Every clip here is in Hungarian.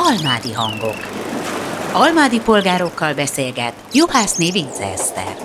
Almádi hangok. Almádi polgárokkal beszélget Juhászné Vince Eszter.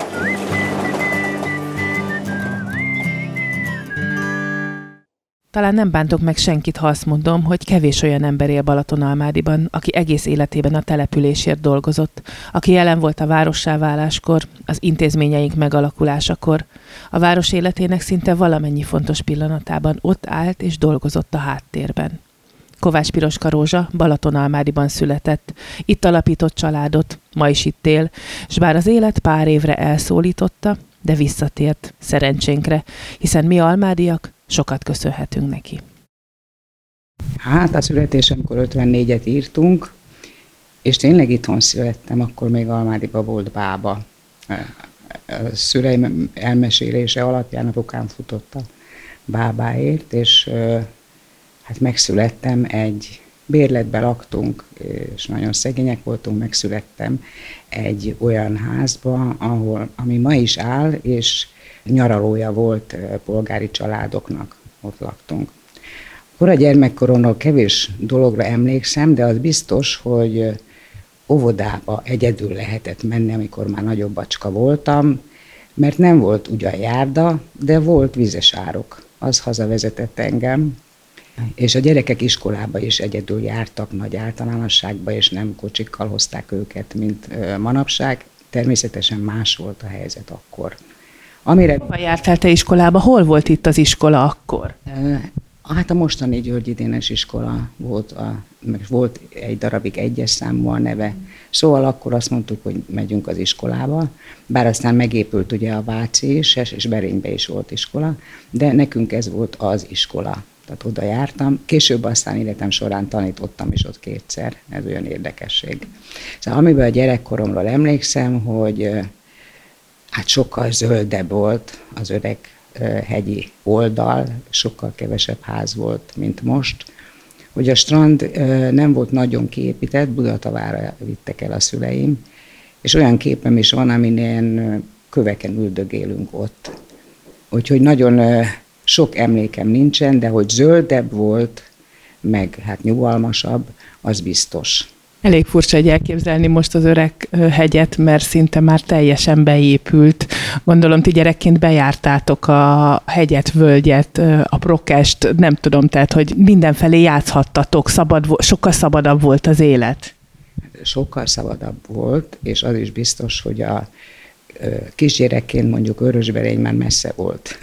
Talán nem bántok meg senkit, ha azt mondom, hogy kevés olyan ember él Balatonalmádiban, aki egész életében a településért dolgozott, aki jelen volt a várossá váláskor, az intézményeink megalakulásakor, a város életének szinte valamennyi fontos pillanatában ott állt és dolgozott a háttérben. Kovács Piroska Rózsa Balatonalmádiban született, itt alapított családot, ma is itt él, s bár az élet pár évre elszólította, de visszatért, szerencsénkre, hiszen mi almádiak sokat köszönhetünk neki. Hát a születésemkor 54-et írtunk, és tényleg itthon születtem, akkor még Almádiban volt bába. A szüleim elmesélése alapján apukám futott a bábáért, és hát megszülettem, egy bérletben laktunk, és nagyon szegények voltunk, megszülettem egy olyan házba, ami ma is áll, és nyaralója volt polgári családoknak, ott laktunk. Kora gyermekkoromról kevés dologra emlékszem, de az biztos, hogy óvodába egyedül lehetett menni, amikor már nagyobb bacska voltam, mert nem volt ugyan járda, de volt vizes árok. Az hazavezetett engem, és a gyerekek iskolába is egyedül jártak nagy általánosságba, és nem kocsikkal hozták őket, mint manapság. Természetesen más volt a helyzet akkor. Hova jártál te iskolába? Hol volt itt az iskola akkor? Hát a mostani Györgyi Dénes iskola volt, volt egy darabig egyes számú a neve. Szóval akkor azt mondtuk, hogy megyünk az iskolába, bár aztán megépült ugye a Váci is, és Berénybe is volt iskola, de nekünk ez volt az iskola. Tehát oda jártam. Később aztán életem során tanítottam is ott kétszer, ez olyan érdekesség. Szóval amiben a gyerekkoromról emlékszem, hogy hát sokkal zöldebb volt az öreg hegyi oldal, sokkal kevesebb ház volt, mint most. Hogy a strand nem volt nagyon kiépített, Budatavára vittek el a szüleim, és olyan képem is van, amin ilyen köveken üldögélünk ott. Úgyhogy nagyon sok emlékem nincsen, de hogy zöldebb volt, meg hát nyugalmasabb, az biztos. Elég furcsa egy elképzelni most az öreg hegyet, mert szinte már teljesen beépült. Gondolom, ti gyerekként bejártátok a hegyet, völgyet, a Prokest, nem tudom, tehát, hogy mindenfelé játszhattatok, sokkal szabadabb volt az élet. Sokkal szabadabb volt, és az is biztos, hogy a kisgyerekként mondjuk Örösberény már messze volt.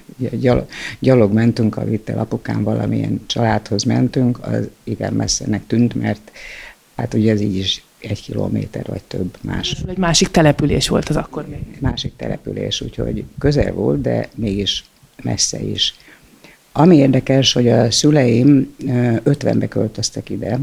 Gyalog mentünk, a vittel apukám valamilyen családhoz mentünk, az igen messzenek tűnt, mert hát ugye ez így is 1 kilométer vagy több más. Egy másik település volt az akkor. Másik település, úgyhogy közel volt, de mégis messze is. Ami érdekes, hogy a szüleim 50-be költöztek ide,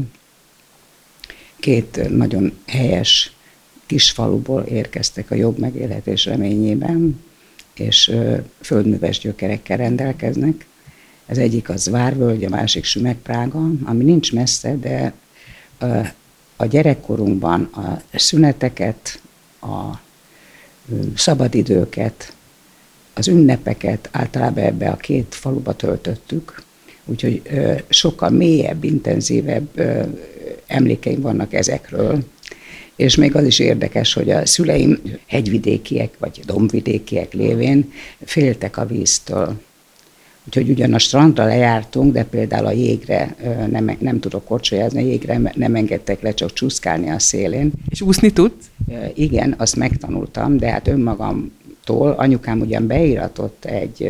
2 nagyon helyes kis faluból érkeztek a jobb megélhetés reményében, és földműves gyökerekkel rendelkeznek. Ez egyik az Várvölgy, a másik Sümegprága, ami nincs messze, de a gyerekkorunkban a szüneteket, a szabadidőket, az ünnepeket általában ebbe a 2 faluba töltöttük, úgyhogy sokkal mélyebb, intenzívebb emlékeim vannak ezekről. És még az is érdekes, hogy a szüleim hegyvidékiek vagy dombvidékiek lévén féltek a víztől. Úgyhogy ugyan a strandra lejártunk, de például a jégre nem tudok korcsolyázni, a jégre nem engedtek le, csak csúszkálni a szélén. És úszni tudsz? Igen, azt megtanultam, de hát önmagamtól, anyukám ugyan beíratott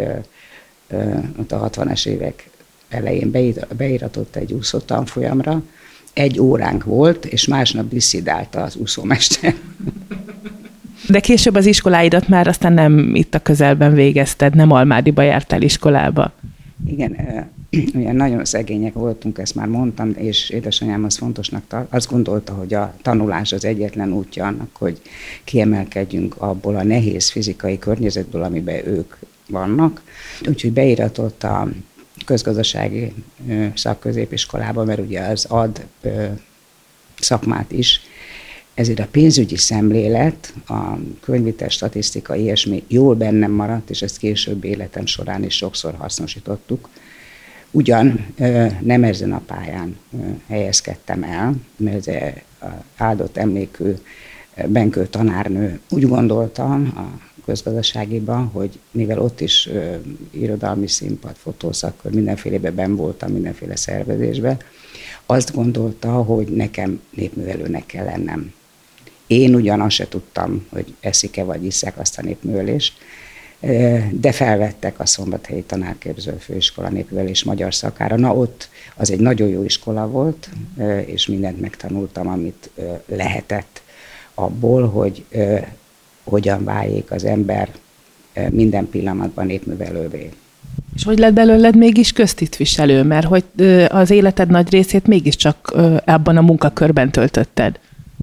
a 60-as évek elején beíratott egy úszótanfolyamra, 1 óránk volt, és másnap disszidálta az úszómester. De később az iskoláidat már aztán nem itt a közelben végezted, nem Almádiba jártál iskolába. Igen, ugye nagyon szegények voltunk, ezt már mondtam, és édesanyám az fontosnak azt gondolta, hogy a tanulás az egyetlen útja annak, hogy kiemelkedjünk abból a nehéz fizikai környezetből, amiben ők vannak. Úgyhogy beíratott a közgazdasági szakközépiskolába, mert ugye az ad szakmát is. Ezért a pénzügyi szemlélet, a könyvitel, statisztika, ilyesmi jól bennem maradt, és ezt később életem során is sokszor hasznosítottuk. Ugyan nem ezen a pályán helyezkedtem el, mert az áldott emlékű Benkő tanárnő úgy gondolta a közgazdaságiban, hogy mivel ott is irodalmi színpad, fotószakkör, mindenfélében benn voltam, mindenféle szervezésben, azt gondolta, hogy nekem népművelőnek kell lennem. Én ugyan azt se tudtam, hogy eszik-e vagy iszek azt a népművelést, de felvettek a Szombathelyi Tanárképző Főiskola népművelés magyar szakára. Na ott az egy nagyon jó iskola volt, és mindent megtanultam, amit lehetett abból, hogy hogyan váljék az ember minden pillanatban népművelővé. És hogy lett belőled mégis köztisztviselő, mert hogy az életed nagy részét mégiscsak abban a munkakörben töltötted?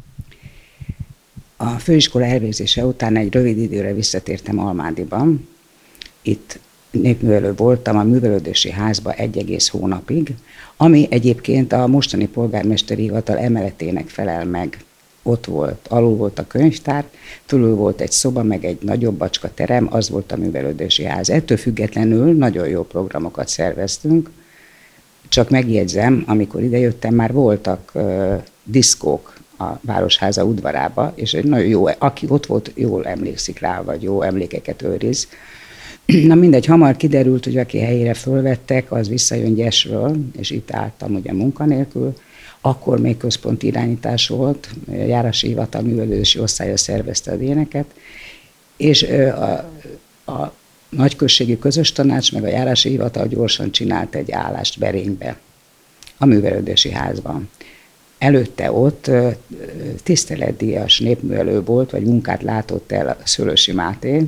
A főiskola elvégzése után egy rövid időre visszatértem Almádiban. Itt népművelő voltam a művelődési házba 1 hónapig, ami egyébként a mostani polgármesteri hivatal emeletének felel meg. Ott volt, alul volt a könyvtár, fölül volt egy szoba, meg egy nagyobb bacska terem, az volt a művelődési ház. Ettől függetlenül nagyon jó programokat szerveztünk, csak megjegyzem, amikor idejöttem, már voltak diszkók a Városháza udvarába, és egy nagyon jó, aki ott volt, jól emlékszik rá, vagy jó emlékeket őriz. Na mindegy, hamar kiderült, hogy aki helyére fölvettek, az visszajön Gyesről, és itt álltam ugye munkanélkül. Akkor még központi irányítás volt, a járási hivatal művelődési osztálya szervezte az ilyeneket, és a nagyközségi közös tanács meg a járási hivatal gyorsan csinált egy állást Berénybe, a művelődési házban. Előtte ott tiszteletdíjas népművelő volt, vagy munkát látott el a Szőlősi Máté,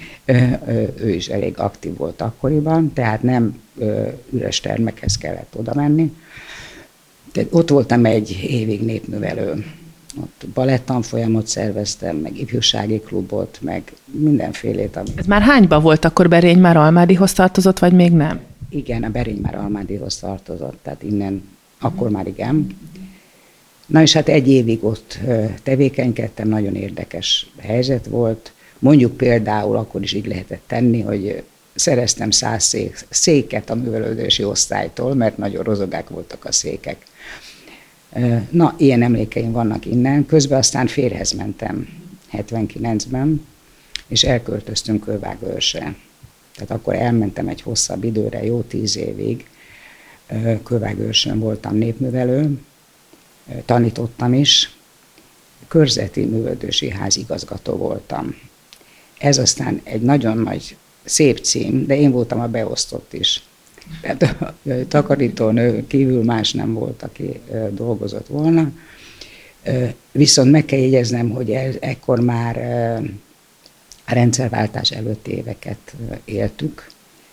ő is elég aktív volt akkoriban, tehát nem üres termekhez kellett oda menni. Tehát ott voltam 1 évig népművelő. Ott balettanfolyamot szerveztem, meg ifjúsági klubot, meg mindenfélét. Ez már hányban volt akkor Berény, már Almádihoz tartozott, vagy még nem? Igen, a Berény már Almádihoz tartozott, tehát innen, akkor már igen. Na és hát 1 évig ott tevékenykedtem, nagyon érdekes helyzet volt. Mondjuk például akkor is így lehetett tenni, hogy szereztem 100 széket a művelődési osztálytól, mert nagyon rozogák voltak a székek. Na, ilyen emlékeim vannak innen. Közben aztán férjhez mentem 79-ben, és elköltöztünk Kővágőrsre. Tehát akkor elmentem egy hosszabb időre, jó 10 évig. Kővágőrsön voltam népművelő, tanítottam is, körzeti művelődési ház igazgató voltam. Ez aztán egy nagyon nagy, szép cím, de én voltam a beosztott is. Tehát a takarítónő kívül más nem volt, aki dolgozott volna. Viszont meg kell jegyeznem, hogy ekkor már a rendszerváltás előtti éveket éltük,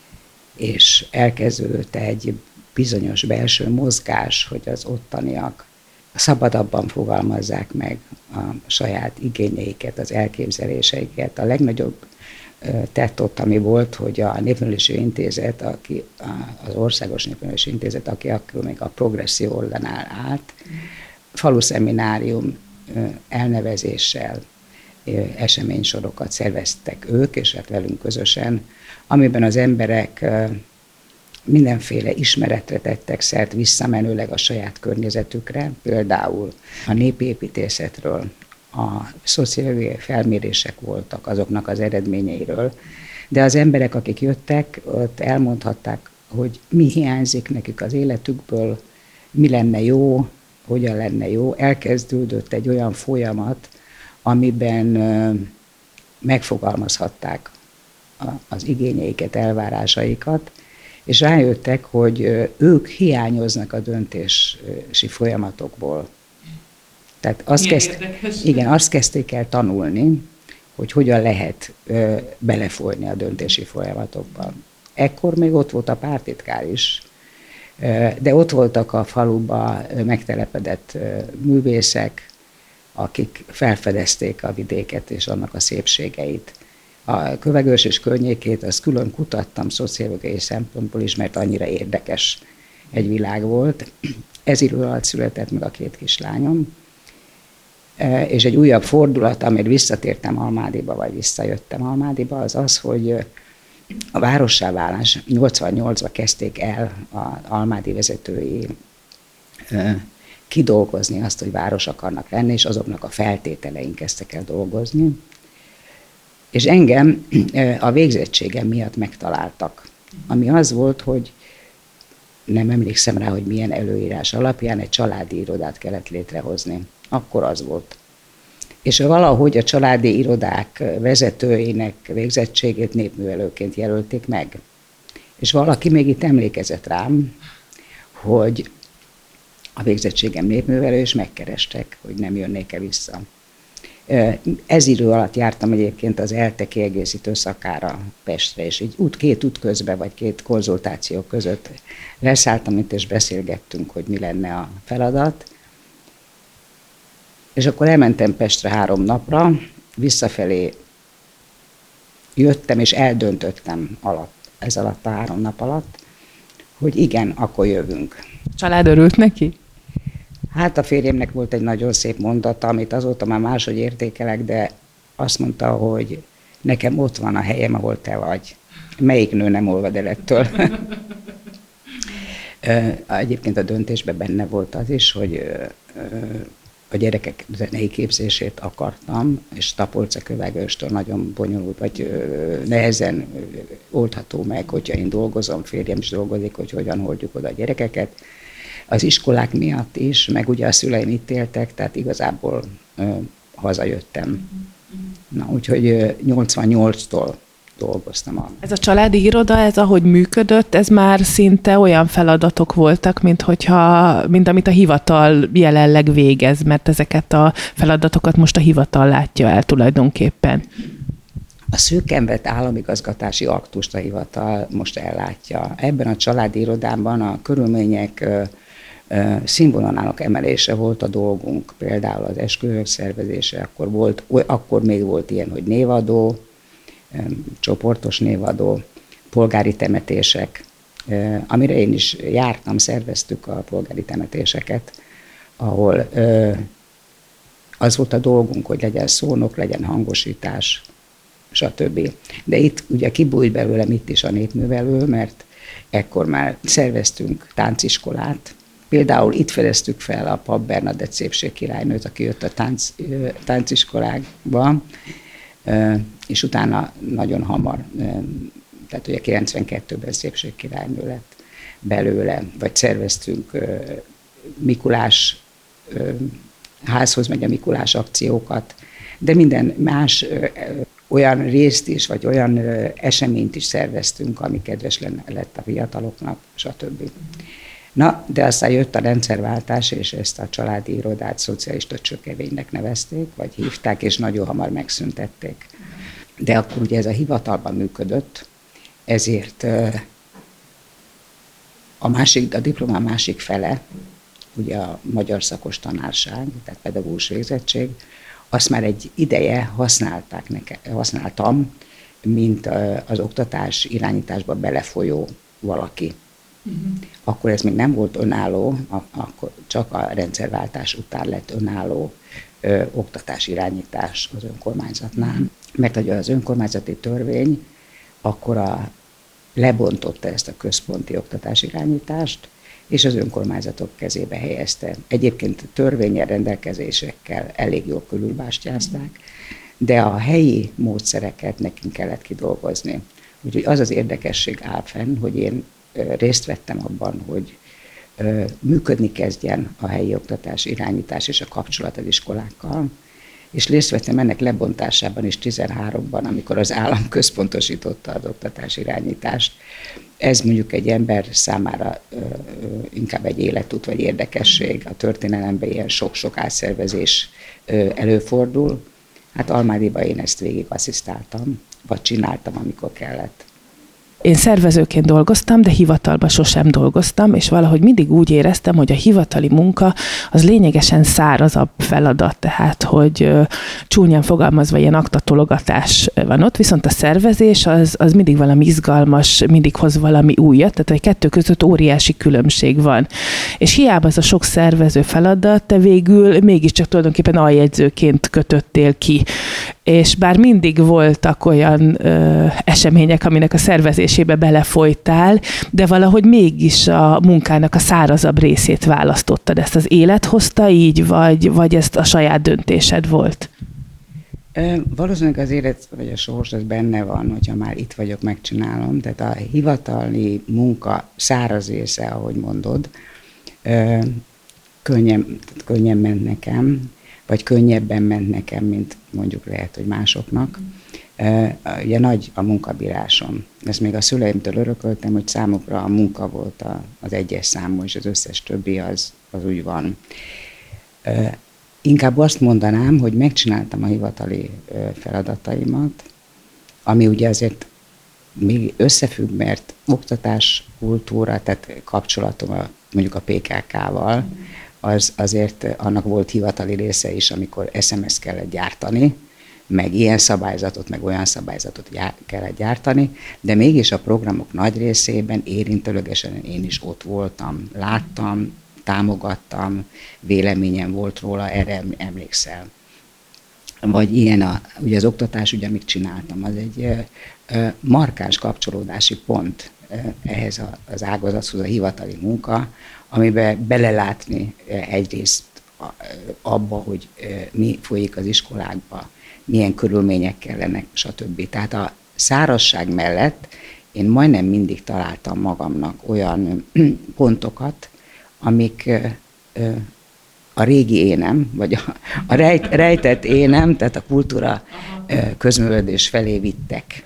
és elkezdődött egy bizonyos belső mozgás, hogy az ottaniak szabadabban fogalmazzák meg a saját igényeiket, az elképzeléseiket. A legnagyobb tett ott, ami volt, hogy a Népművelési Intézet, az Országos Népművelési Intézet, aki akkor még a progresszió oldalán állt, faluszeminárium elnevezéssel eseménysorokat szerveztek ők, és hát velünk közösen, amiben az emberek mindenféle ismeretre tettek szert visszamenőleg a saját környezetükre, például a népépítészetről, a szociológiai felmérések voltak azoknak az eredményeiről, de az emberek, akik jöttek, ott elmondhatták, hogy mi hiányzik nekik az életükből, mi lenne jó, hogyan lenne jó. Elkezdődött egy olyan folyamat, amiben megfogalmazhatták az igényeiket, elvárásaikat, és rájöttek, hogy ők hiányoznak a döntési folyamatokból. Tehát azt kezdték el tanulni, hogy hogyan lehet belefolyni a döntési folyamatokba. Ekkor még ott volt a pártitkár is, de ott voltak a faluba megtelepedett művészek, akik felfedezték a vidéket és annak a szépségeit. A Kövegőrs és környékét azt külön kutattam szociológiai szempontból is, mert annyira érdekes egy világ volt. Ez idő alatt született meg a 2 kislányom, és egy újabb fordulat, amire visszatértem Almádiba, vagy visszajöttem Almádiba, az az, hogy a várossá válás 88-ban kezdték el az almádi vezetői kidolgozni azt, hogy város akarnak lenni, és azoknak a feltételeink kezdtek el dolgozni. És engem a végzettségem miatt megtaláltak. Ami az volt, hogy nem emlékszem rá, hogy milyen előírás alapján egy családi irodát kellett létrehozni. Akkor az volt. És valahogy a családi irodák vezetőinek végzettségét népművelőként jelölték meg. És valaki még itt emlékezett rám, hogy a végzettségem népművelő, és megkerestek, hogy nem jönnék-e vissza. Ez idő alatt jártam egyébként az ELTE kiegészítő szakára Pestre, és így két út közben, vagy két konzultáció között leszálltam itt, és beszélgettünk, hogy mi lenne a feladat. És akkor elmentem Pestre 3 napra, visszafelé jöttem, és eldöntöttem ez alatt a 3 nap alatt, hogy igen, akkor jövünk. A család örült neki? Hát a férjemnek volt egy nagyon szép mondata, amit azóta már máshogy értékelek, de azt mondta, hogy nekem ott van a helyem, ahol te vagy. Melyik nő nem olvad el ettől? Egyébként a döntésben benne volt az is, hogy a gyerekek zenei képzését akartam, és Tapolca-Kővágőstől nagyon bonyolult, vagy nehezen oldható meg, hogyha én dolgozom, férjem is dolgozik, hogy hogyan oldjuk oda a gyerekeket. Az iskolák miatt is, meg ugye a szüleim itt éltek, tehát igazából hazajöttem. Na, úgyhogy 88-tól dolgoztam. Ez a családi iroda, ez ahogy működött, ez már szinte olyan feladatok voltak, mint amit a hivatal jelenleg végez, mert ezeket a feladatokat most a hivatal látja el tulajdonképpen. A szűken vett államigazgatási aktust a hivatal most ellátja. Ebben a családi irodában a körülmények színvonalának emelése volt a dolgunk. Például az esküvők szervezése, akkor még volt ilyen, hogy névadó, csoportos névadó, polgári temetések, amire én is jártam, szerveztük a polgári temetéseket, ahol az volt a dolgunk, hogy legyen szónok, legyen hangosítás, stb. De itt ugye kibújt belőlem itt is a népművelő, mert ekkor már szerveztünk tánciskolát. Például itt fedeztük fel a Pap Bernadett szépségkirálynőt, aki jött a tánciskolákba, és utána nagyon hamar, tehát ugye 92-ben szépségkirálynő lett belőle, vagy szerveztünk Mikulás, házhoz megy a Mikulás akciókat, de minden más olyan részt is, vagy olyan eseményt is szerveztünk, ami kedves lett a fiataloknak, stb. Na, de aztán jött a rendszerváltás, és ezt a családi irodát szocialista csökevénynek nevezték, vagy hívták, és nagyon hamar megszüntették. De akkor ugye ez a hivatalban működött, ezért a diplomám másik fele, ugye a magyar szakos tanárság, tehát pedagógus végzettség, azt már egy ideje használtam, mint az oktatás irányításba belefolyó valaki. Akkor ez még nem volt önálló, akkor csak a rendszerváltás után lett önálló oktatás irányítás az önkormányzatnál. Mert ugye az önkormányzati törvény akkor lebontotta ezt a központi oktatás irányítást, és az önkormányzatok kezébe helyezte. Egyébként törvényel rendelkezésekkel elég jól körülbástyázták, de a helyi módszereket nekünk kellett kidolgozni. Úgyhogy az az érdekesség áll fenn, hogy én részt vettem abban, hogy működni kezdjen a helyi oktatás irányítás és a kapcsolat az iskolákkal, és részt vettem ennek lebontásában is 13-ban, amikor az állam központosította az oktatás irányítást. Ez mondjuk egy ember számára inkább egy életút vagy érdekesség. A történelemben ilyen sok-sok átszervezés előfordul. Hát Almádiban én ezt végig asszisztáltam, vagy csináltam, amikor kellett. Én szervezőként dolgoztam, de hivatalban sosem dolgoztam, és valahogy mindig úgy éreztem, hogy a hivatali munka az lényegesen szárazabb feladat, tehát hogy csúnyán fogalmazva ilyen aktatologatás van ott, viszont a szervezés az mindig valami izgalmas, mindig hoz valami újat, tehát a kettő között óriási különbség van. És hiába az a sok szervező feladat, te végül mégiscsak tulajdonképpen aljegyzőként kötöttél ki. és bár mindig voltak olyan események, aminek a szervezésébe belefolytál, de valahogy mégis a munkának a szárazabb részét választottad. Ezt az élet hozta így, vagy ezt a saját döntésed volt? Valószínűleg az élet, vagy a sors, az benne van, hogyha már itt vagyok, megcsinálom. Tehát a hivatali munka száraz része, ahogy mondod, könnyen ment nekem, vagy könnyebben ment nekem, mint mondjuk lehet, hogy másoknak. Ugye nagy a munkabírásom. Ezt még a szüleimtől örököltem, hogy számukra a munka volt az egyes számú, és az összes többi az úgy van. Inkább azt mondanám, hogy megcsináltam a hivatali feladataimat, ami ugye azért még összefügg, mert oktatás, kultúra, tehát kapcsolatom mondjuk a PKK-val, az azért annak volt hivatali része is, amikor SMS kellett gyártani, meg ilyen szabályzatot, meg olyan szabályzatot kellett gyártani, de mégis a programok nagy részében érintőlegesen én is ott voltam, láttam, támogattam, véleményem volt róla, erre emlékszel. Vagy ilyen ugye az oktatás, ugye amit csináltam, az egy markáns kapcsolódási pont ehhez az ágazathoz, a hivatali munka, amiben belelátni egyrészt abba, hogy mi folyik az iskolákban, milyen körülmények kellenek, stb. Tehát a szárazság mellett én majdnem mindig találtam magamnak olyan pontokat, amik a régi énem, vagy a rejtett énem, tehát a kultúra közművelődés felé vittek.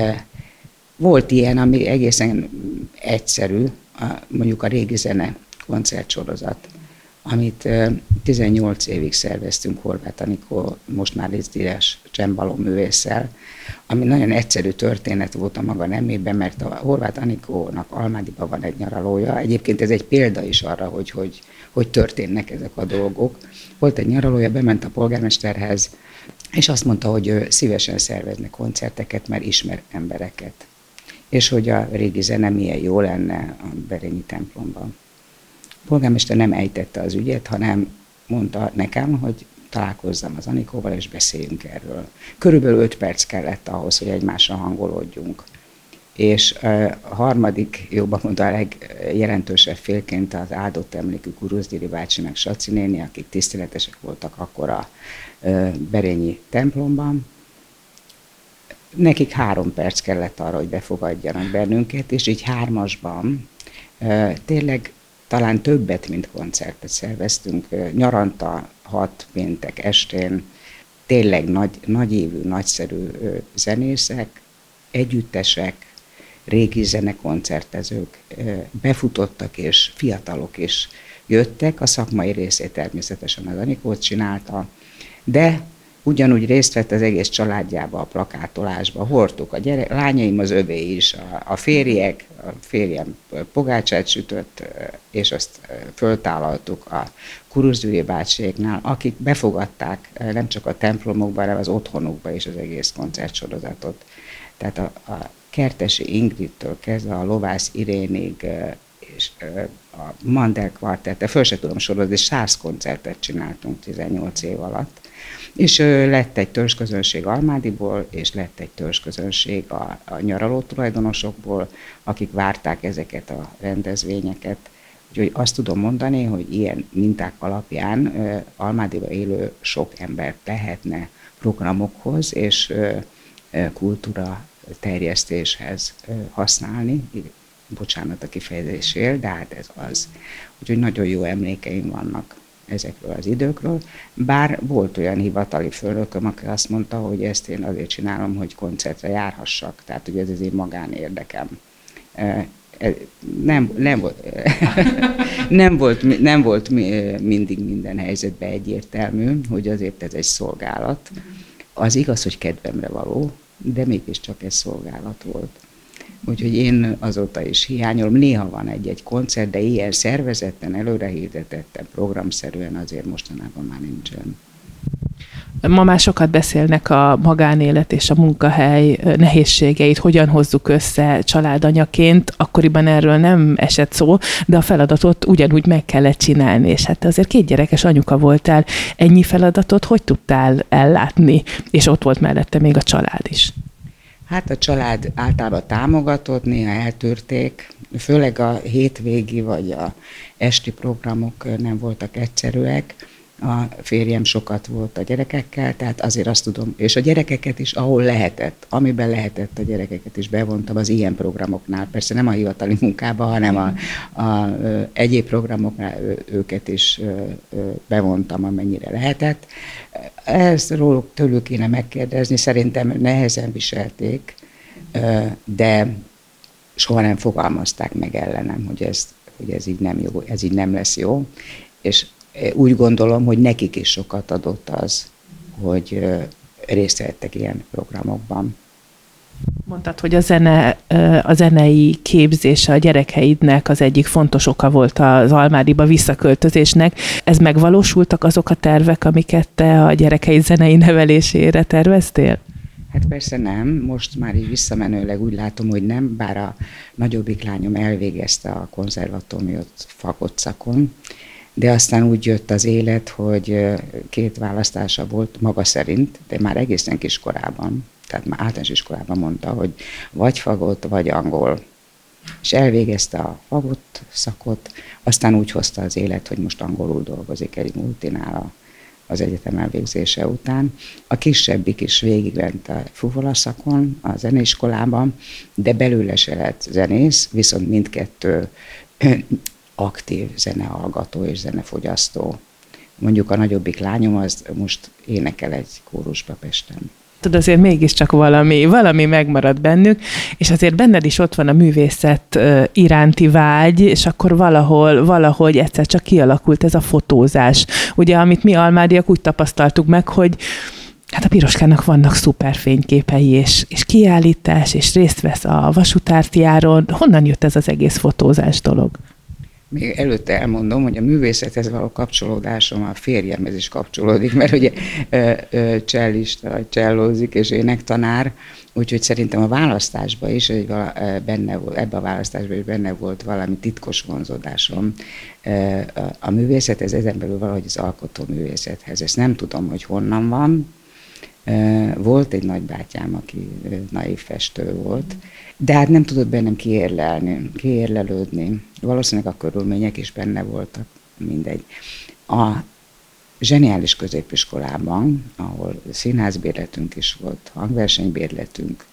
Volt ilyen, ami egészen egyszerű, mondjuk a régi zene koncertsorozat, amit 18 évig szerveztünk Horváth Anikó, most már díjas csembaló művésszel, ami nagyon egyszerű történet volt a maga nemében, mert a Horváth Anikónak Almádiban van egy nyaralója. Egyébként ez egy példa is arra, hogy történnek ezek a dolgok. Volt egy nyaralója, bement a polgármesterhez, és azt mondta, hogy ő szívesen szervezne koncerteket, mert ismer embereket. És hogy a régi zene milyen jó lenne a Berényi templomban. A polgármester nem ejtette az ügyet, hanem mondta nekem, hogy találkozzam az Anikóval, és beszéljünk erről. Körülbelül 5 perc kellett ahhoz, hogy egymással hangolódjunk. És a harmadik, jobban mondva a legjelentősebb félként az áldott emlékű Kuruzdiri bácsi meg Saci néni, akik tiszteletesek voltak akkor a Berényi templomban. Nekik 3 perc kellett arra, hogy befogadjanak bennünket, és így 3-asban tényleg talán többet, mint koncertet szerveztünk. Nyaranta 6 péntek estén tényleg nagyévű, nagyszerű zenészek, együttesek, régi zenekoncertezők befutottak, és fiatalok is jöttek. A szakmai részét természetesen az Anikó csinálta, de ugyanúgy részt vett az egész családjába, a plakátolásba, hordtuk a lányaim az övé is, a férjem pogácsát sütött, és azt föltállaltuk a Kuruzdüri bácsiéknál, akik befogadták nem csak a templomokba, hanem az otthonukba is az egész koncertsorozatot. Tehát a Kertesi Ingridtől kezdve a Lovász Irénig, és a Mandel kvartett, föl se tudom sorozni, 100 koncertet csináltunk 18 év alatt. És lett egy törzsközönség Almádiból, és lett egy törzsközönség a nyaraló tulajdonosokból, akik várták ezeket a rendezvényeket. Úgyhogy azt tudom mondani, hogy ilyen minták alapján Almádiba élő sok embert lehetne programokhoz és kultúra terjesztéshez használni. Bocsánat a kifejezésért, de hát ez az. Úgyhogy nagyon jó emlékeim vannak ezekről az időkről, bár volt olyan hivatali főnököm, aki azt mondta, hogy ezt én azért csinálom, hogy koncertre járhassak, tehát ugye ez az én magánérdekem. Nem volt mindig minden helyzetben egyértelmű, hogy azért ez egy szolgálat. Az igaz, hogy kedvemre való, de mégiscsak ez szolgálat volt. Úgyhogy én azóta is hiányolom. Néha van egy-egy koncert, de ilyen szervezetten, előre hirdetetten, programszerűen azért mostanában már nincsen. Ma már sokat beszélnek a magánélet és a munkahely nehézségeit, hogyan hozzuk össze családanyaként. Akkoriban erről nem esett szó, de a feladatot ugyanúgy meg kellett csinálni, és hát azért 2 gyerekes anyuka voltál. Ennyi feladatot hogy tudtál ellátni? És ott volt mellette még a család is. Hát a család általában támogatott, néha eltűrték, főleg a hétvégi vagy a esti programok nem voltak egyszerűek. A férjem sokat volt a gyerekekkel, tehát azért azt tudom, és a gyerekeket is, ahol lehetett, amiben lehetett, a gyerekeket is bevontam az ilyen programoknál, persze nem a hivatali munkában, hanem a egyéb programoknál őket is bevontam, amennyire lehetett. Ezt tőlük kéne megkérdezni, szerintem nehezen viselték, de soha nem fogalmazták meg ellenem, hogy ez így nem jó, ez így nem lesz jó, és úgy gondolom, hogy nekik is sokat adott az, hogy részt vettek ilyen programokban. Mondtad, hogy a zenei képzése a gyerekeidnek az egyik fontos oka volt az Almádiba visszaköltözésnek. Ez megvalósultak azok a tervek, amiket te a gyerekeid zenei nevelésére terveztél? Hát persze nem, most már így visszamenőleg úgy látom, hogy nem, bár a nagyobbik lányom elvégezte a konzervatóriumot fagott szakon, de aztán úgy jött az élet, hogy 2 választása volt maga szerint, de már egészen kiskorában, tehát már általános iskolában mondta, hogy vagy fagott, vagy angol. És elvégezte a fagott szakot, aztán úgy hozta az élet, hogy most angolul dolgozik egy multinál az egyetem elvégzése után. A kisebbik is végigment a fuvola szakon, a zeneiskolában, de belőle se lett zenész, viszont mindkettő aktív zenehallgató és zenefogyasztó. Mondjuk a nagyobbik lányom az most énekel egy kórusba Pesten. Tudod, azért mégiscsak valami megmarad bennük, és azért benned is ott van a művészet iránti vágy, és akkor valahogy egyszer csak kialakult ez a fotózás. Ugye, amit mi almádiak úgy tapasztaltuk meg, hogy hát a Piroskának vannak szuper fényképei, és kiállítás, és részt vesz a vasútártiáron. Honnan jött ez az egész fotózás dolog? Még előtte elmondom, hogy a művészethez való kapcsolódásom a férjemhez is kapcsolódik, mert ugye csellista, vagy csellózik, és énektanár, úgyhogy szerintem a választásban is benne volt, ebben a választásban is benne volt valami titkos vonzódásom a művészethez, ezen belül valahogy az alkotó művészethez. Ezt nem tudom, hogy honnan van. Volt egy nagybátyám, aki naív festő volt, de hát nem tudott bennem kiérlelődni. Valószínűleg a körülmények is benne voltak, mindegy. A zseniális középiskolában, ahol színházbérletünk is volt, hangversenybérletünk,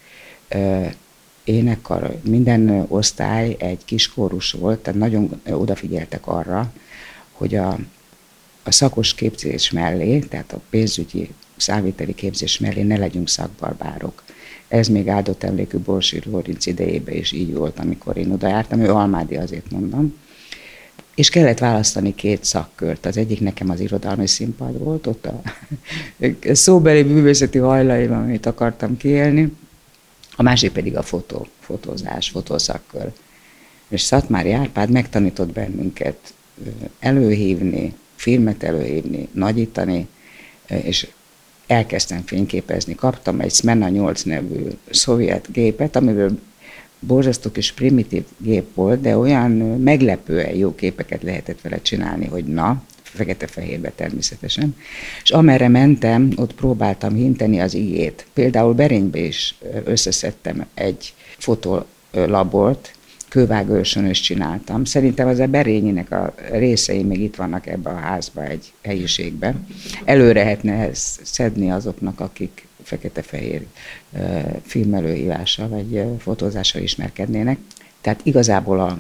énekkar, minden osztály egy kis kórus volt, tehát nagyon odafigyeltek arra, hogy a szakos képzés mellé, tehát a pénzügyi számviteli képzés mellé ne legyünk szakbarbárok. Ez még áldott emlékű Borsy Lórinc idejében is így volt, amikor én oda jártam, ő almádi, azért mondom. És kellett választani 2 szakkört. Az egyik nekem az irodalmi színpad volt, ott a szóbeli művészeti hajlaim, amit akartam kiélni, a másik pedig a fotószakkör. És Szatmári Árpád megtanított bennünket előhívni, filmet előhívni, nagyítani, és elkezdtem fényképezni. Kaptam egy Smena 8 nevű szovjet gépet, amiből borzasztó kis primitív gép volt, de olyan meglepően jó képeket lehetett vele csinálni, hogy na, fekete-fehérbe természetesen. És amerre mentem, ott próbáltam hinteni az igét. Például Berénybe is összeszedtem egy fotolabort, kővágóörsön is csináltam. Szerintem az a Berényinek a részei még itt vannak ebben a házban, egy helyiségben. Elő lehetne ezt szedni azoknak, akik fekete-fehér filmelőhívással vagy fotózással ismerkednének. Tehát igazából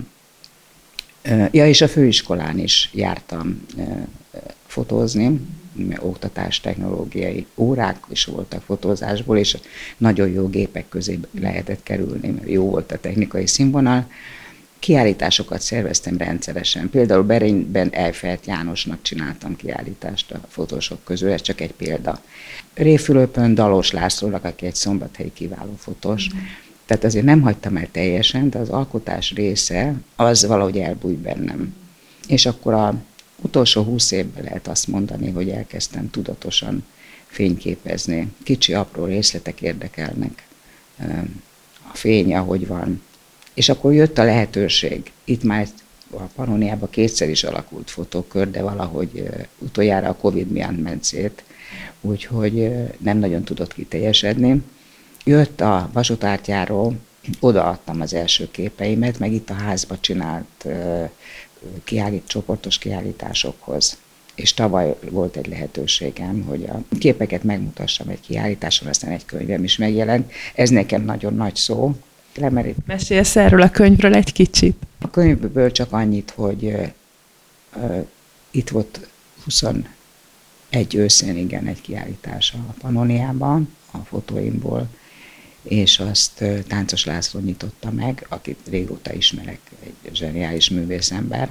és a főiskolán is jártam fotózni, oktatástechnológiai órák is voltak fotózásból, és nagyon jó gépek közé lehetett kerülni, mert jó volt a technikai színvonal. Kiállításokat szerveztem rendszeresen. Például Berényben Eiffelt Jánosnak csináltam kiállítást a fotósok közül, ez csak egy példa. Révfülöpön Dalos Lászlónak, aki egy szombathelyi kiváló fotós. Tehát azért nem hagytam el teljesen, de az alkotás része az valahogy elbújt bennem. És akkor utolsó 20 évben lehet azt mondani, hogy elkezdtem tudatosan fényképezni. Kicsi, apró részletek érdekelnek. A fény, ahogy van. És akkor jött a lehetőség. Itt már a Pannoniában 2-szer is alakult fotókör, de valahogy utoljára a Covid miatt ment szét, úgyhogy nem nagyon tudott kiteljesedni. Jött a vasútártyáról, odaadtam az első képeimet, meg itt a házba csinált csoportos kiállításokhoz. És tavaly volt egy lehetőségem, hogy a képeket megmutassam egy kiállításon, aztán egy könyvem is megjelent. Ez nekem nagyon nagy szó. Mesélsz erről a könyvről egy kicsit? A könyvből csak annyit, hogy itt volt 21 őszén, igen, egy kiállítás a Pannoniában, a fotóimból, és azt Táncos László nyitotta meg, akit régóta ismerek, egy zseniális művészember.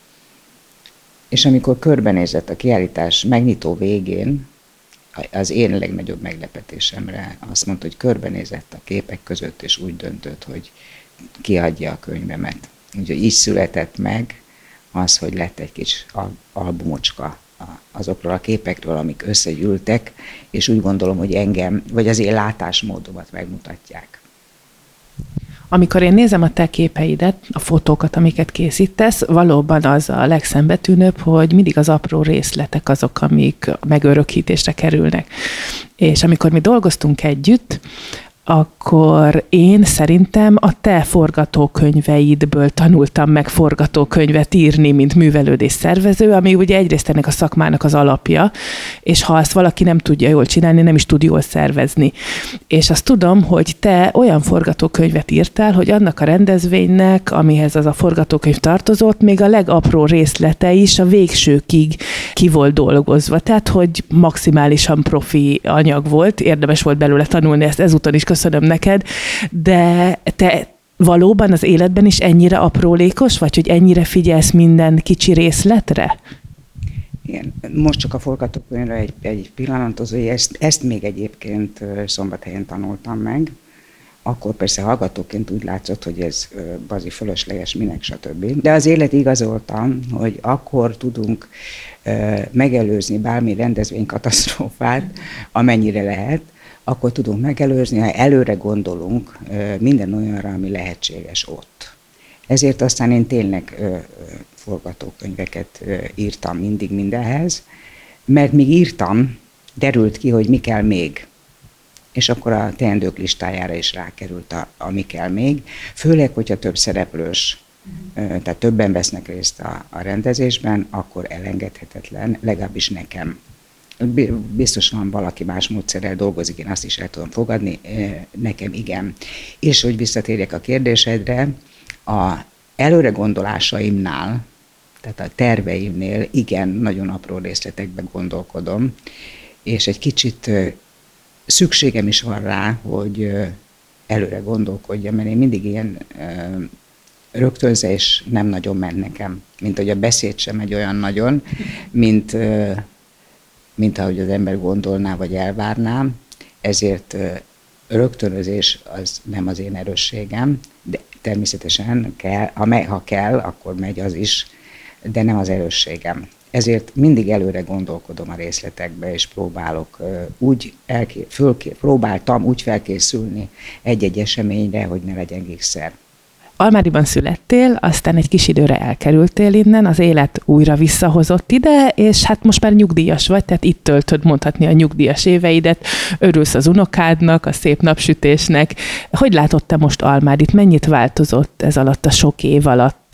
És amikor körbenézett a kiállítás megnyitó végén, az én legnagyobb meglepetésemre azt mondta, hogy körbenézett a képek között, és úgy döntött, hogy kiadja a könyvemet. Úgyhogy így született meg az, hogy lett egy kis albumocska azokról a képekről, amik összegyűltek, és úgy gondolom, hogy engem, vagy az én látásmódomat megmutatják. Amikor én nézem a te képeidet, a fotókat, amiket készítesz, valóban az a legszembetűnőbb, hogy mindig az apró részletek azok, amik megörökítésre kerülnek. És amikor mi dolgoztunk együtt, akkor én szerintem a te forgatókönyveidből tanultam meg forgatókönyvet írni, mint művelődés szervező, ami ugye egyrészt ennek a szakmának az alapja, és ha azt valaki nem tudja jól csinálni, nem is tud jól szervezni. És azt tudom, hogy te olyan forgatókönyvet írtál, hogy annak a rendezvénynek, amihez az a forgatókönyv tartozott, még a legapróbb részlete is a végsőkig ki volt dolgozva. Tehát, hogy maximálisan profi anyag volt, érdemes volt belőle tanulni, ezt ezúton is köszönöm neked, de te valóban az életben is ennyire aprólékos vagy, hogy ennyire figyelsz minden kicsi részletre? Igen, most csak a forgatókönyvre egy pillanatot, hogy ezt még egyébként Szombathelyen tanultam meg. Akkor persze hallgatóként úgy látszott, hogy ez bazi fölösleges, minek, stb. De az élet igazolta, hogy akkor tudunk megelőzni bármi rendezvénykatasztrófát, amennyire lehet, akkor tudunk megelőzni, ha előre gondolunk minden olyanra, ami lehetséges ott. Ezért aztán én tényleg forgatókönyveket írtam mindig mindenhez, mert míg írtam, derült ki, hogy mi kell még. És akkor a teendők listájára is rákerült ami kell még. Főleg, hogyha több szereplős, tehát többen vesznek részt a rendezésben, akkor elengedhetetlen, legalábbis nekem. Biztos van valaki más módszerrel dolgozik, én azt is el tudom fogadni, nekem igen. És hogy visszatérjek a kérdésedre, a előre gondolásaimnál, tehát a terveimnél igen, nagyon apró részletekben gondolkodom, és egy kicsit szükségem is van rá, hogy előre gondolkodjam, mert én mindig ilyen rögtönzés nem nagyon ment nekem, mint hogy a beszéd sem megy olyan nagyon, mint ahogy az ember gondolná, vagy elvárná, ezért rögtönözés az nem az én erősségem, de természetesen kell, ha kell, akkor megy az is, de nem az erősségem. Ezért mindig előre gondolkodom a részletekbe, és próbálok próbáltam úgy felkészülni egy-egy eseményre, hogy ne legyen gigszer. Almádiban születtél, aztán egy kis időre elkerültél innen, az élet újra visszahozott ide, és hát most már nyugdíjas vagy, tehát itt töltöd mondhatni a nyugdíjas éveidet, örülsz az unokádnak, a szép napsütésnek. Hogy látod te most Almádit? Mennyit változott ez alatt a sok év alatt?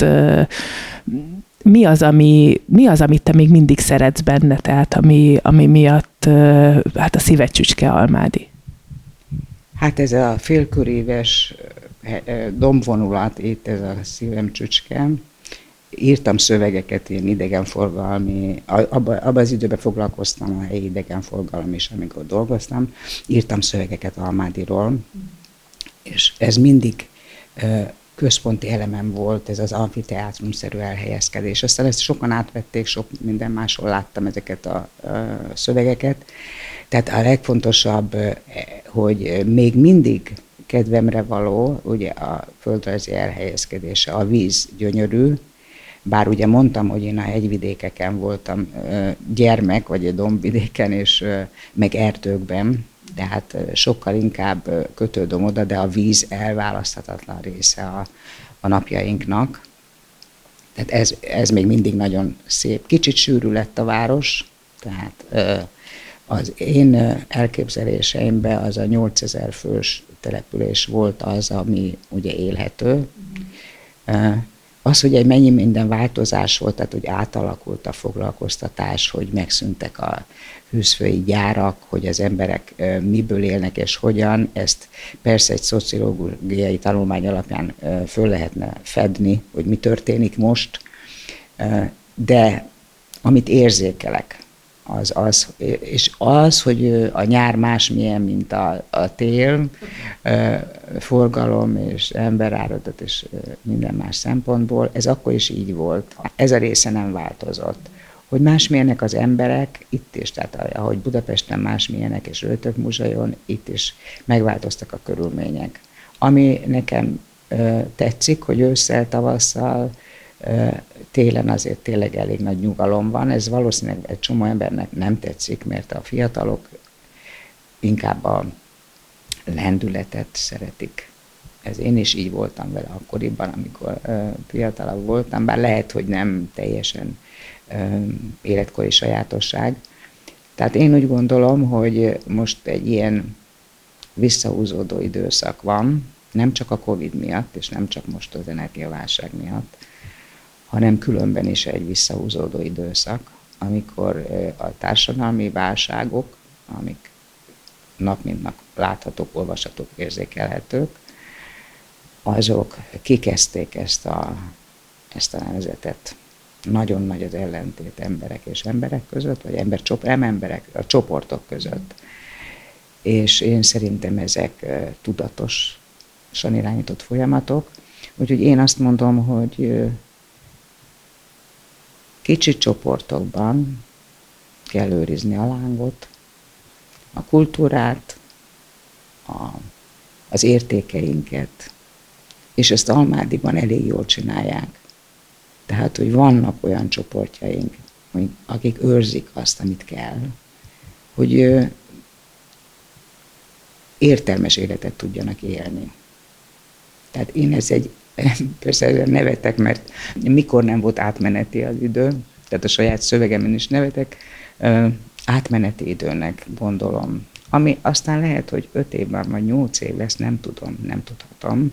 Mi az, amit te még mindig szeretsz benne, tehát ami miatt hát a szíved csücske Almádi? Hát ez a félköréves dombvonulat, itt ez a szívem csücske. Írtam szövegeket, én idegenforgalmi, abban az időben foglalkoztam a helyi idegenforgalom is, amikor dolgoztam. Írtam szövegeket Almádiról, és ez mindig központi elemem volt, ez az amfiteátrumszerű elhelyezkedés. Aztán ezt sokan átvették, sok minden máshol láttam ezeket a szövegeket. Tehát a legfontosabb, hogy még mindig kedvemre való, ugye a földrajzi elhelyezkedése, a víz gyönyörű, bár ugye mondtam, hogy én a hegyvidékeken voltam gyermek, vagy egy dombvidéken, és meg erdőkben, tehát sokkal inkább kötődöm oda, de a víz elválaszthatatlan része a napjainknak. Tehát ez még mindig nagyon szép. Kicsit sűrű lett a város, tehát az én elképzeléseimben az a 8000 fős település volt az, ami ugye élhető. Az, hogy egy mennyi minden változás volt, tehát hogy átalakult a foglalkoztatás, hogy megszűntek a fűzfői gyárak, hogy az emberek miből élnek és hogyan, ezt persze egy szociológiai tanulmány alapján föl lehetne fedni, hogy mi történik most, de amit érzékelek, és az, hogy a nyár másmilyen, mint a tél, forgalom és emberáradat és minden más szempontból, ez akkor is így volt. Ez a része nem változott. Hogy másmilyenek az emberek, itt is, tehát ahogy Budapesten másmilyenek és Röjtök-Muzsajon, itt is megváltoztak a körülmények. Ami nekem tetszik, hogy ősszel, tavasszal, télen azért tényleg elég nagy nyugalom van. Ez valószínűleg egy csomó embernek nem tetszik, mert a fiatalok inkább a lendületet szeretik. Én is így voltam vele akkoriban, amikor fiatalabb voltam, bár lehet, hogy nem teljesen életkori sajátosság. Tehát én úgy gondolom, hogy most egy ilyen visszahúzódó időszak van, nem csak a Covid miatt, és nem csak most az energiaválság miatt, hanem különben is egy visszahúzódó időszak, amikor a társadalmi válságok, amik nap mint nap láthatók, olvashatók, érzékelhetők, azok kikezdték ezt a nemzetet. Nagyon nagy az ellentét emberek és emberek között, vagy nem emberek, a csoportok között. És én szerintem ezek tudatosan irányított folyamatok. Úgyhogy én azt mondom, hogy kicsi csoportokban kell őrizni a lángot, a kultúrát, az értékeinket, és ezt Almádiban elég jól csinálják. Tehát, hogy vannak olyan csoportjaink, akik őrzik azt, amit kell, hogy értelmes életet tudjanak élni. Tehát én persze nevetek, mert mikor nem volt átmeneti az idő, tehát a saját szövegemen is nevetek, átmeneti időnek gondolom. Ami aztán lehet, hogy 5 évben vagy 8 év lesz, nem tudom, nem tudhatom.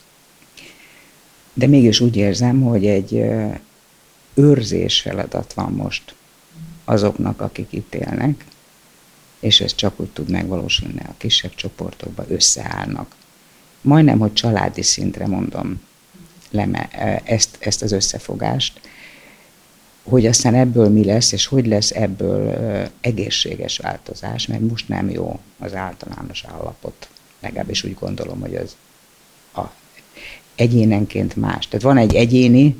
De mégis úgy érzem, hogy egy őrzés feladat van most azoknak, akik itt élnek, és ez csak úgy tud megvalósulni, a kisebb csoportokban összeállnak. Majdnem, hogy családi szintre mondom ezt az összefogást, hogy aztán ebből mi lesz, és hogy lesz ebből egészséges változás, mert most nem jó az általános állapot. Legalábbis úgy gondolom, hogy az egyénenként más. Tehát van egy egyéni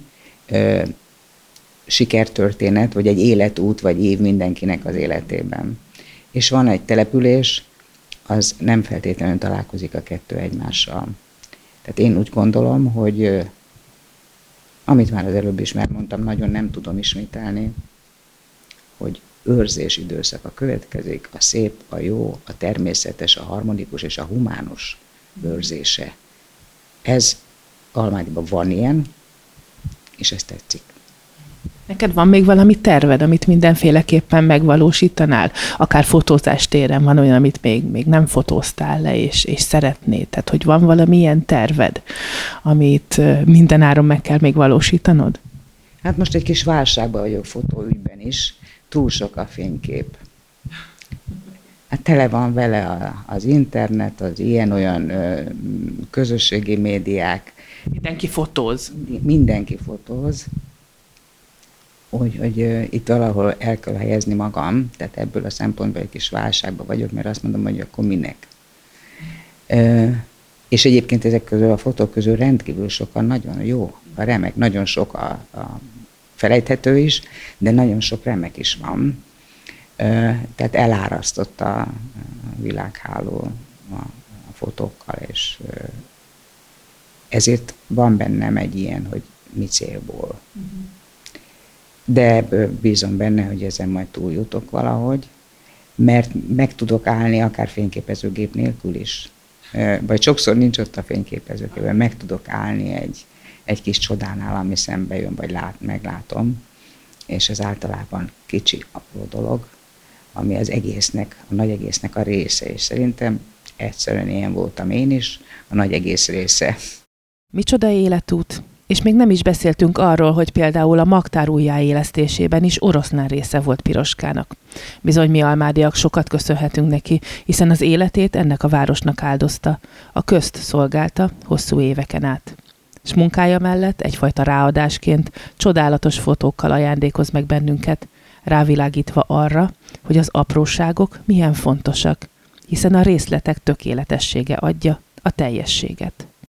sikertörténet, vagy egy életút, vagy év mindenkinek az életében. És van egy település, az nem feltétlenül találkozik a kettő egymással. Tehát én úgy gondolom, hogy amit már az előbb is megmondtam, nagyon nem tudom ismételni, hogy őrzés időszaka következik, a szép, a jó, a természetes, a harmonikus és a humánus őrzése. Ez Almádiban van ilyen, és ez tetszik. Neked van még valami terved, amit mindenféleképpen megvalósítanál? Akár fotózás téren van olyan, amit még nem fotóztál le, és szeretnéd. Tehát, hogy van valami ilyen terved, amit mindenáron meg kell még valósítanod? Hát most egy kis válságban vagyok fotóügyben is. Túl sok a fénykép. Hát tele van vele az internet, az ilyen-olyan közösségi médiák. Mindenki fotóz. Mindenki fotóz. Hogy itt valahol el kell helyezni magam, tehát ebből a szempontból egy kis válságban vagyok, mert azt mondom, hogy akkor minek. És egyébként ezek közül a fotók közül rendkívül sokan nagyon jó, a remek, nagyon sok a felejthető is, de nagyon sok remek is van. Tehát elárasztott a világháló a fotókkal, és ezért van bennem egy ilyen, hogy mi célból. de bízom benne, hogy ezen majd túljutok valahogy, mert meg tudok állni akár fényképezőgép nélkül is. Vagy sokszor nincs ott a fényképezőgépben, meg tudok állni egy kis csodánál, ami szembe jön, vagy meglátom, és ez általában kicsi, apró dolog, ami az egésznek, a nagy egésznek a része, és szerintem egyszerűen ilyen voltam én is, a nagy egész része. Micsoda életút? És még nem is beszéltünk arról, hogy például a magtár újjáélesztésében is oroszlán része volt Piroskának. Bizony mi almádiak sokat köszönhetünk neki, hiszen az életét ennek a városnak áldozta, a közt szolgálta hosszú éveken át. S munkája mellett egyfajta ráadásként csodálatos fotókkal ajándékoz meg bennünket, rávilágítva arra, hogy az apróságok milyen fontosak, hiszen a részletek tökéletessége adja a teljességet.